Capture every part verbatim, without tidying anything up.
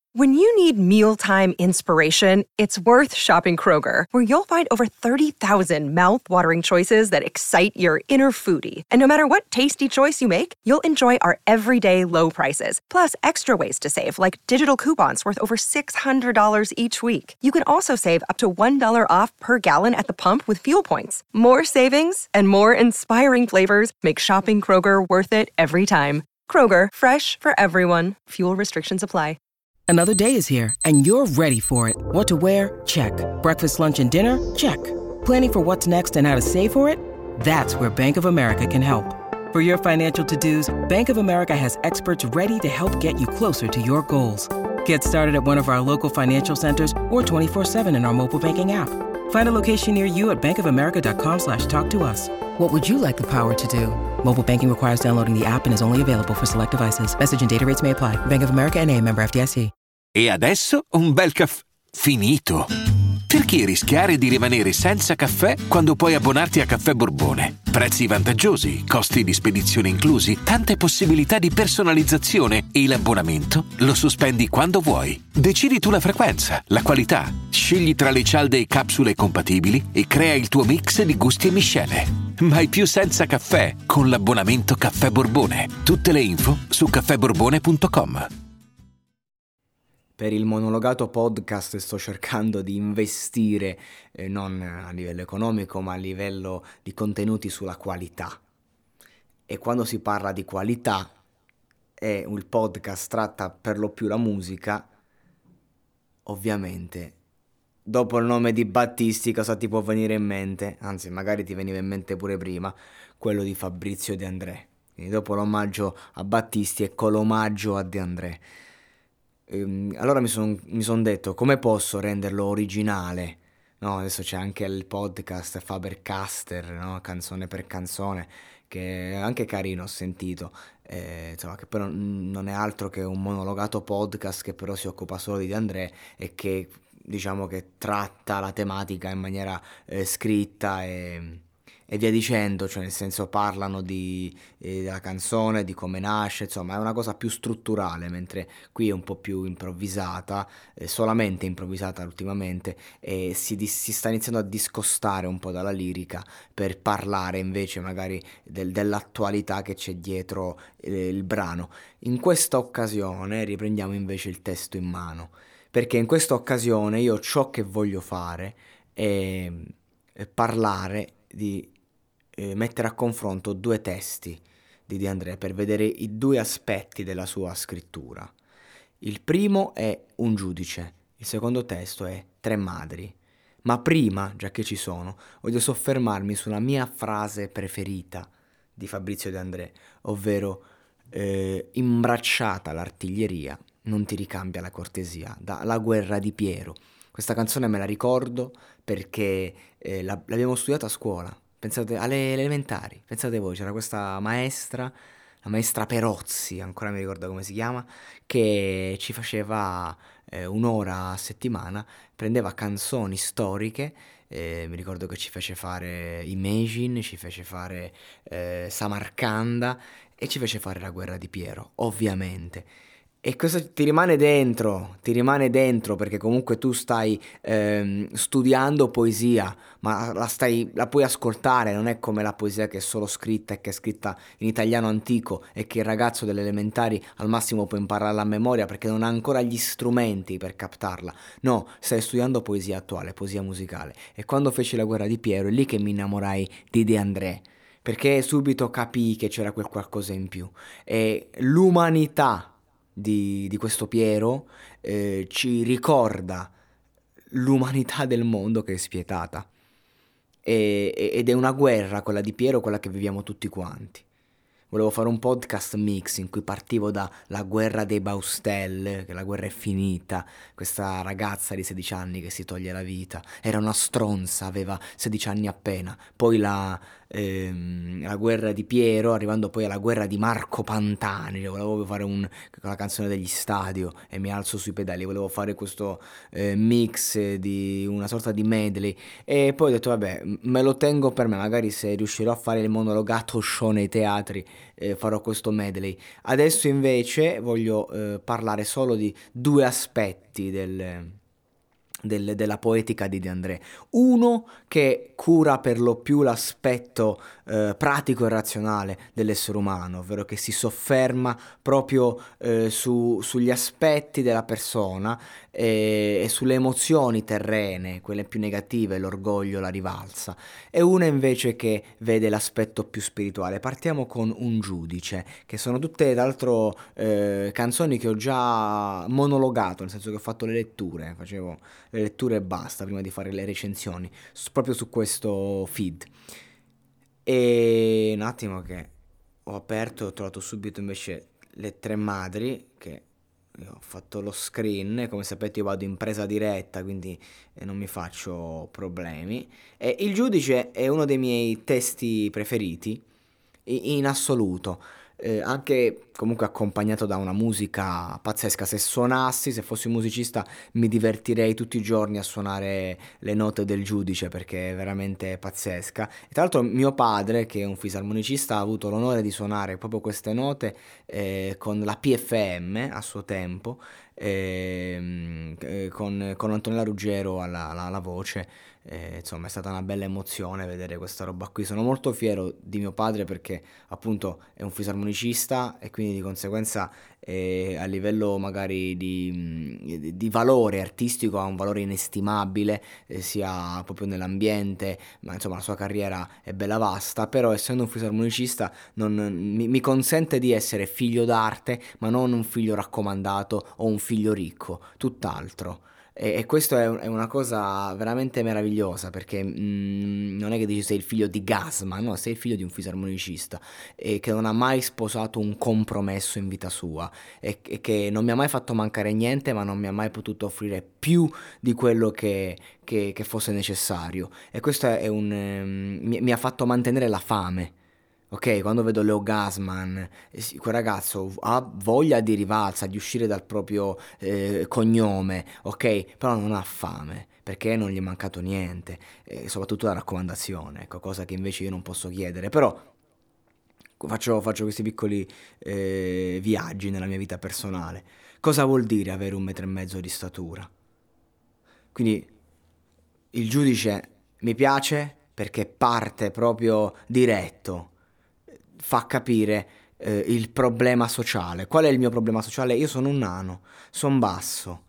When you need mealtime inspiration, it's worth shopping Kroger, where you'll find over thirty thousand mouth-watering choices that excite your inner foodie. And no matter what tasty choice you make, you'll enjoy our everyday low prices, plus extra ways to save, like digital coupons worth over six hundred dollars each week. You can also save up to one dollar off per gallon at the pump with fuel points. More savings and more inspiring flavors make shopping Kroger worth it every time. Kroger, fresh for everyone. Fuel restrictions apply. Another day is here, and you're ready for it. What to wear? Check. Breakfast, lunch, and dinner? Check. Planning for what's next and how to save for it? That's where Bank of America can help. For your financial to-dos, Bank of America has experts ready to help get you closer to your goals. Get started at one of our local financial centers or twenty-four seven in our mobile banking app. Find a location near you at bankofamerica.com slash talk to us. What would you like the power to do? Mobile banking requires downloading the app and is only available for select devices. Message and data rates may apply. Bank of America N A, member F D I C. E adesso un bel caffè finito. Perché rischiare di rimanere senza caffè quando puoi abbonarti a Caffè Borbone? Prezzi vantaggiosi, costi di spedizione inclusi, tante possibilità di personalizzazione e l'abbonamento lo sospendi quando vuoi. Decidi tu la frequenza, la qualità, scegli tra le cialde e capsule compatibili e crea il tuo mix di gusti e miscele. Mai più senza caffè con l'abbonamento Caffè Borbone. Tutte le info su caffè borbone punto com. Per il monologato podcast sto cercando di investire eh, non a livello economico ma a livello di contenuti sulla qualità. E quando si parla di qualità e il podcast tratta per lo più la musica, ovviamente dopo il nome di Battisti cosa ti può venire in mente? Anzi, magari ti veniva in mente pure prima, quello di Fabrizio De André. Quindi dopo l'omaggio a Battisti ecco l'omaggio a De André. Allora mi sono mi son detto come posso renderlo originale, no? Adesso c'è anche il podcast Fabercaster, no? Canzone per canzone, che è anche carino, ho sentito, eh, insomma, che però non è altro che un monologato podcast che però si occupa solo di De André e che diciamo che tratta la tematica in maniera eh, scritta e... e via dicendo, cioè nel senso parlano di, eh, della canzone, di come nasce, insomma è una cosa più strutturale, mentre qui è un po' più improvvisata, eh, solamente improvvisata ultimamente, e si, dis- si sta iniziando a discostare un po' dalla lirica per parlare invece magari del- dell'attualità che c'è dietro eh, il brano. In questa occasione riprendiamo invece il testo in mano, perché in questa occasione io ciò che voglio fare è, è parlare di eh, mettere a confronto due testi di De André per vedere i due aspetti della sua scrittura. Il primo è Un giudice, il secondo testo è Tre madri. Ma prima, già che ci sono, voglio soffermarmi sulla mia frase preferita di Fabrizio De André, ovvero eh, imbracciata l'artiglieria, non ti ricambia la cortesia, da La guerra di Piero. Questa canzone me la ricordo perché eh, la- l'abbiamo studiata a scuola, pensate alle elementari, pensate voi, c'era questa maestra, la maestra Perozzi, ancora mi ricordo come si chiama, che ci faceva eh, un'ora a settimana, prendeva canzoni storiche, eh, mi ricordo che ci fece fare Imagine, ci fece fare eh, Samarcanda e ci fece fare La guerra di Piero, ovviamente. E questo ti rimane dentro, ti rimane dentro perché comunque tu stai ehm, studiando poesia, ma la, stai, la puoi ascoltare, non è come la poesia che è solo scritta e che è scritta in italiano antico e che il ragazzo delle elementari al massimo può impararla a memoria perché non ha ancora gli strumenti per captarla. No, stai studiando poesia attuale, poesia musicale. E quando feci La guerra di Piero è lì che mi innamorai di De André, perché subito capii che c'era quel qualcosa in più. E l'umanità di, di questo Piero eh, ci ricorda l'umanità del mondo che è spietata e- e- ed è una guerra, quella di Piero, quella che viviamo tutti quanti. Volevo fare un podcast mix in cui partivo da La guerra dei Baustelle, che la guerra è finita, questa ragazza di sedici anni che si toglie la vita, era una stronza, aveva sedici anni appena, poi la, ehm, la guerra di Piero, arrivando poi alla guerra di Marco Pantani. Cioè, volevo fare un, la canzone degli Stadio e mi alzo sui pedali, volevo fare questo eh, mix di una sorta di medley, e poi ho detto vabbè, me lo tengo per me, magari se riuscirò a fare il monologato show nei teatri eh, farò questo medley. Adesso invece voglio eh, parlare solo di due aspetti del del- della poetica di De André. Uno che cura per lo più l'aspetto eh, pratico e razionale dell'essere umano, ovvero che si sofferma proprio eh, su- sugli aspetti della persona e, e sulle emozioni terrene, quelle più negative, l'orgoglio, la rivalsa. E una invece che vede l'aspetto più spirituale. Partiamo con Un giudice, che sono tutte d'altro eh, canzoni che ho già monologato, nel senso che ho fatto le letture, facevo le letture e basta prima di fare le recensioni, s- proprio su questo feed. E un attimo che ho aperto, ho trovato subito invece Le Tre Madri, che io ho fatto lo screen, e come sapete io vado in presa diretta, quindi eh, non mi faccio problemi. E Il giudice è uno dei miei testi preferiti i- in assoluto, eh, anche comunque accompagnato da una musica pazzesca. Se suonassi, se fossi un musicista, mi divertirei tutti i giorni a suonare le note del giudice perché è veramente pazzesca. E tra l'altro mio padre, che è un fisarmonicista, ha avuto l'onore di suonare proprio queste note eh, con la P F M a suo tempo, ehm, eh, con, con Antonella Ruggero alla, alla- alla voce. Eh, insomma, è stata una bella emozione vedere questa roba qui. Sono molto fiero di mio padre perché appunto è un fisarmonicista e quindi di conseguenza eh, a livello magari di, mh, di valore artistico ha un valore inestimabile, eh, sia proprio nell'ambiente, ma insomma la sua carriera è bella vasta, però essendo un fisarmonicista non, mi, mi consente di essere figlio d'arte, ma non un figlio raccomandato o un figlio ricco, tutt'altro. E, e questo è, un- è una cosa veramente meravigliosa perché mm, non è che dici sei il figlio di Gasman, no, sei il figlio di un fisarmonicista e che non ha mai sposato un compromesso in vita sua e, e che non mi ha mai fatto mancare niente, ma non mi ha mai potuto offrire più di quello che, che- che fosse necessario. E questo è un, ehm, mi, mi ha fatto mantenere la fame. Ok, quando vedo Leo Gasman, eh sì, quel ragazzo ha voglia di rivalsa, di uscire dal proprio eh, cognome, ok, però non ha fame, perché non gli è mancato niente, e soprattutto la raccomandazione, ecco, cosa che invece io non posso chiedere, però faccio, faccio questi piccoli eh, viaggi nella mia vita personale. Cosa vuol dire avere un metro e mezzo di statura? Quindi il giudice mi piace perché parte proprio diretto, fa capire eh, il problema sociale. Qual è il mio problema sociale? Io sono un nano, sono basso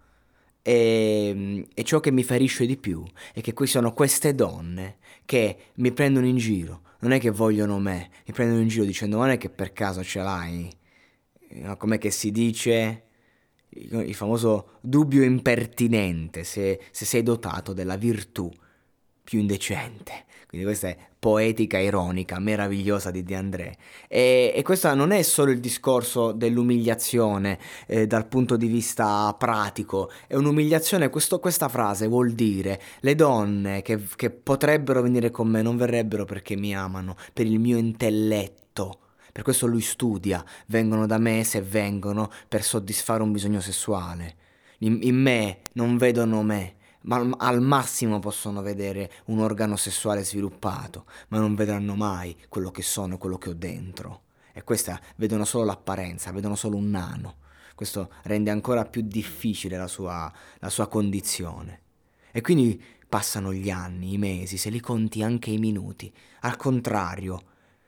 e, e ciò che mi ferisce di più è che qui sono queste donne che mi prendono in giro, non è che vogliono me, mi prendono in giro dicendo non è che per caso ce l'hai, no, com'è che si dice? Il il famoso dubbio impertinente, se, se sei dotato della virtù più indecente. Quindi questa è poetica ironica, meravigliosa di De André. E, e questo non è solo il discorso dell'umiliazione eh, dal punto di vista pratico, è un'umiliazione, questo- questa frase vuol dire le donne che, che potrebbero venire con me non verrebbero perché mi amano, per il mio intelletto. Per questo lui studia, vengono da me se vengono per soddisfare un bisogno sessuale. In, in me non vedono me, ma al, al massimo possono vedere un organo sessuale sviluppato, ma non vedranno mai quello che sono, quello che ho dentro. E questa vedono solo l'apparenza, vedono solo un nano. Questo rende ancora più difficile la sua, la sua condizione. E quindi passano gli anni, i mesi, se li conti anche i minuti. Al contrario,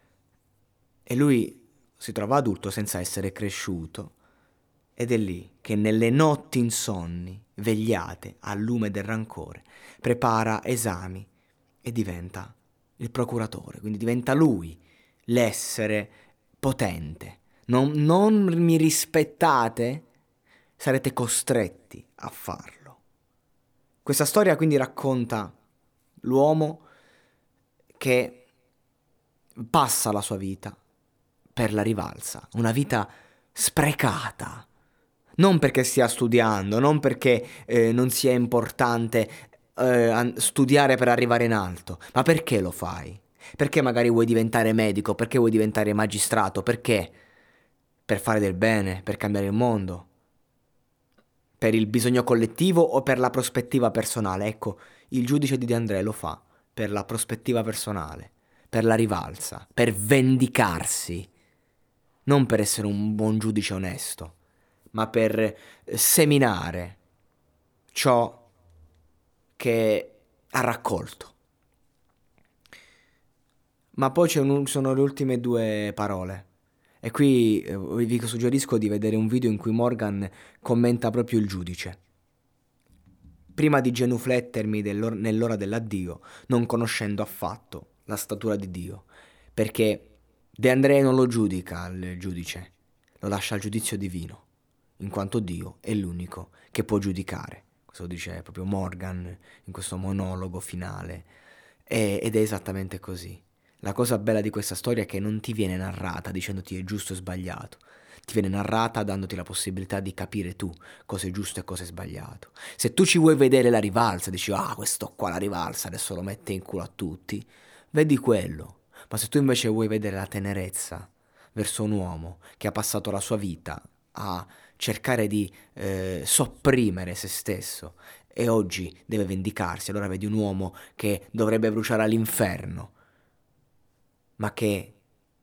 e lui si trova adulto senza essere cresciuto. Ed è lì che nelle notti insonni, vegliate al lume del rancore, prepara esami e diventa il procuratore. Quindi diventa lui l'essere potente. Non, non mi rispettate, sarete costretti a farlo. Questa storia quindi racconta l'uomo che passa la sua vita per la rivalsa, una vita sprecata. Non perché stia studiando, non perché eh, non sia importante eh, an- studiare per arrivare in alto, ma perché lo fai? Perché magari vuoi diventare medico? Perché vuoi diventare magistrato? Perché? Per fare del bene, per cambiare il mondo, per il bisogno collettivo o per la prospettiva personale? Ecco, il giudice di De André lo fa per la prospettiva personale, per la rivalsa, per vendicarsi, non per essere un buon giudice onesto, ma per seminare ciò che ha raccolto. Ma poi ci sono le ultime due parole. E qui eh, vi suggerisco di vedere un video in cui Morgan commenta proprio il giudice. Prima di genuflettermi nell'ora dell'addio, non conoscendo affatto la statura di Dio, perché De André non lo giudica il giudice, lo lascia al giudizio divino, in quanto Dio è l'unico che può giudicare. Questo dice proprio Morgan in questo monologo finale, e, ed è esattamente così. La cosa bella di questa storia è che non ti viene narrata dicendoti è giusto o sbagliato, ti viene narrata dandoti la possibilità di capire tu cosa è giusto e cosa è sbagliato. Se tu ci vuoi vedere la rivalsa, dici ah questo qua la rivalsa adesso lo mette in culo a tutti, vedi quello. Ma se tu invece vuoi vedere la tenerezza verso un uomo che ha passato la sua vita a cercare di eh, sopprimere se stesso e oggi deve vendicarsi, allora vedi un uomo che dovrebbe bruciare all'inferno, ma che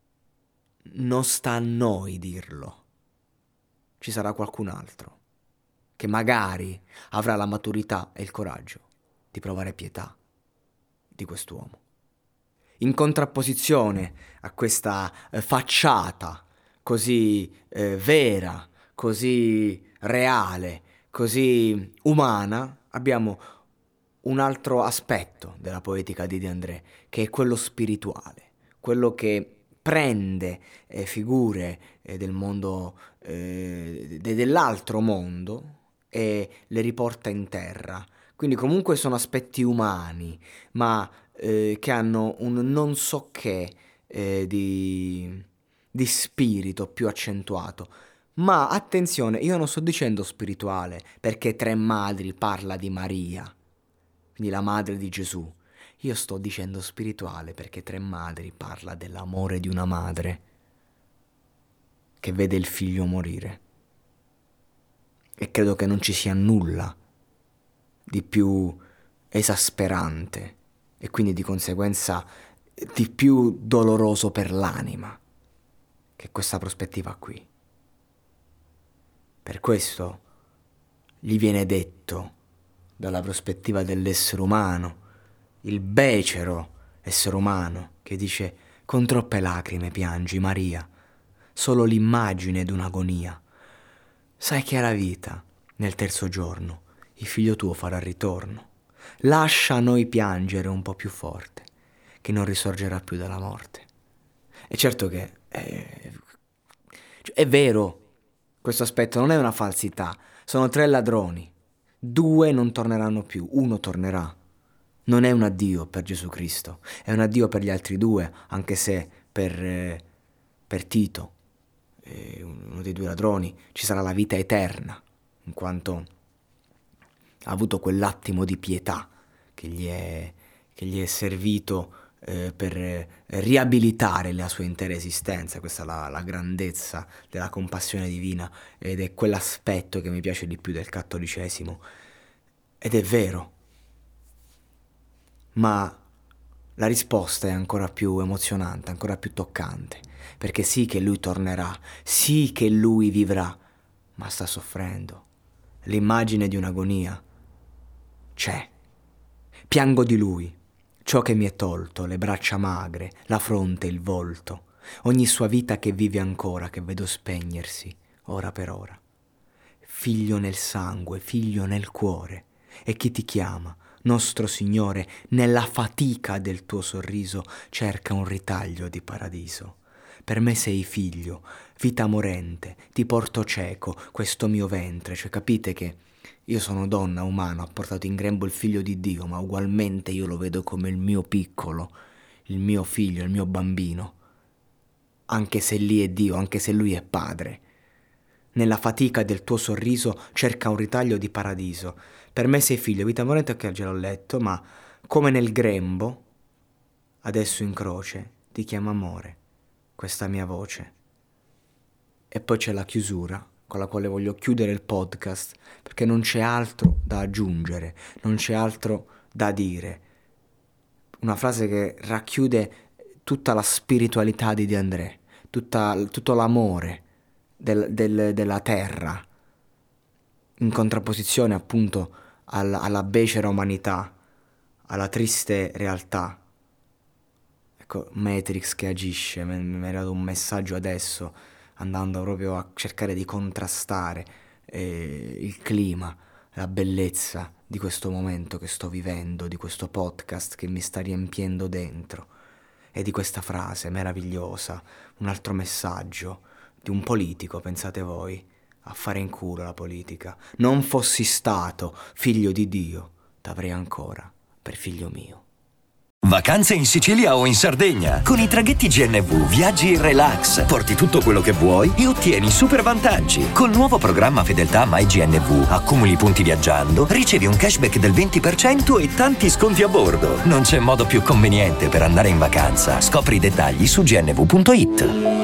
non sta a noi dirlo. Ci sarà qualcun altro che magari avrà la maturità e il coraggio di provare pietà di quest'uomo. In contrapposizione a questa eh, facciata così eh, vera, così reale, così umana, abbiamo un altro aspetto della poetica di De André, che è quello spirituale. Quello che prende eh, figure eh, del mondo, eh, de- dell'altro mondo e le riporta in terra. Quindi comunque sono aspetti umani, ma eh, che hanno un non so che eh, di, di spirito più accentuato. Ma attenzione, io non sto dicendo spirituale, perché Tre Madri parla di Maria, quindi la madre di Gesù. Io sto dicendo spirituale perché Tre Madri parla dell'amore di una madre che vede il figlio morire. E credo che non ci sia nulla di più esasperante e quindi di conseguenza di più doloroso per l'anima che questa prospettiva qui. Per questo gli viene detto, dalla prospettiva dell'essere umano, il becero essere umano che dice con troppe lacrime piangi Maria, solo l'immagine d'un'agonia. Sai che alla vita, nel terzo giorno, il figlio tuo farà ritorno. Lascia noi piangere un po' più forte, che non risorgerà più dalla morte. E certo che è, è vero, questo aspetto non è una falsità. Sono tre ladroni, due non torneranno più, uno tornerà. Non è un addio per Gesù Cristo, è un addio per gli altri due, anche se per, eh, per Tito, eh, uno dei due ladroni, ci sarà la vita eterna, in quanto ha avuto quell'attimo di pietà che gli è, che gli è servito eh, per eh, riabilitare la sua intera esistenza. Questa è la, la grandezza della compassione divina ed è quell'aspetto che mi piace di più del cattolicesimo. Ed è vero. Ma la risposta è ancora più emozionante, ancora più toccante, perché sì che lui tornerà, sì che lui vivrà, ma sta soffrendo. L'immagine di un'agonia c'è. Piango di lui, ciò che mi è tolto, le braccia magre, la fronte, il volto, ogni sua vita che vive ancora, che vedo spegnersi, ora per ora. Figlio nel sangue, figlio nel cuore, e chi ti chiama? Nostro Signore, nella fatica del tuo sorriso cerca un ritaglio di paradiso. Per me sei figlio, vita morente, ti porto cieco, questo mio ventre. Cioè capite che io sono donna, umano, ho portato in grembo il figlio di Dio, ma ugualmente io lo vedo come il mio piccolo, il mio figlio, il mio bambino. Anche se lì è Dio, anche se lui è padre. Nella fatica del tuo sorriso cerca un ritaglio di paradiso. Per me sei figlio, vita morente, che già l'ho letto, ma come nel grembo adesso in croce ti chiama amore, questa mia voce. E poi c'è la chiusura, con la quale voglio chiudere il podcast, perché non c'è altro da aggiungere, non c'è altro da dire. Una frase che racchiude tutta la spiritualità di De André, tutta, tutto l'amore del, del, della terra, in contrapposizione appunto al, alla becera umanità, alla triste realtà. Ecco, Matrix che agisce, mi, mi è dato un messaggio adesso, andando proprio a cercare di contrastare eh, il clima, la bellezza di questo momento che sto vivendo, di questo podcast che mi sta riempiendo dentro, e di questa frase meravigliosa, un altro messaggio di un politico, pensate voi, a fare in culo la politica. Non fossi stato figlio di Dio, t'avrei ancora per figlio mio. Vacanze in Sicilia o in Sardegna. Con i traghetti G N V viaggi in relax, porti tutto quello che vuoi e ottieni super vantaggi. Col nuovo programma Fedeltà MyGNV accumuli punti viaggiando, ricevi un cashback del venti per cento e tanti sconti a bordo. Non c'è modo più conveniente per andare in vacanza. Scopri i dettagli su gnv punto it.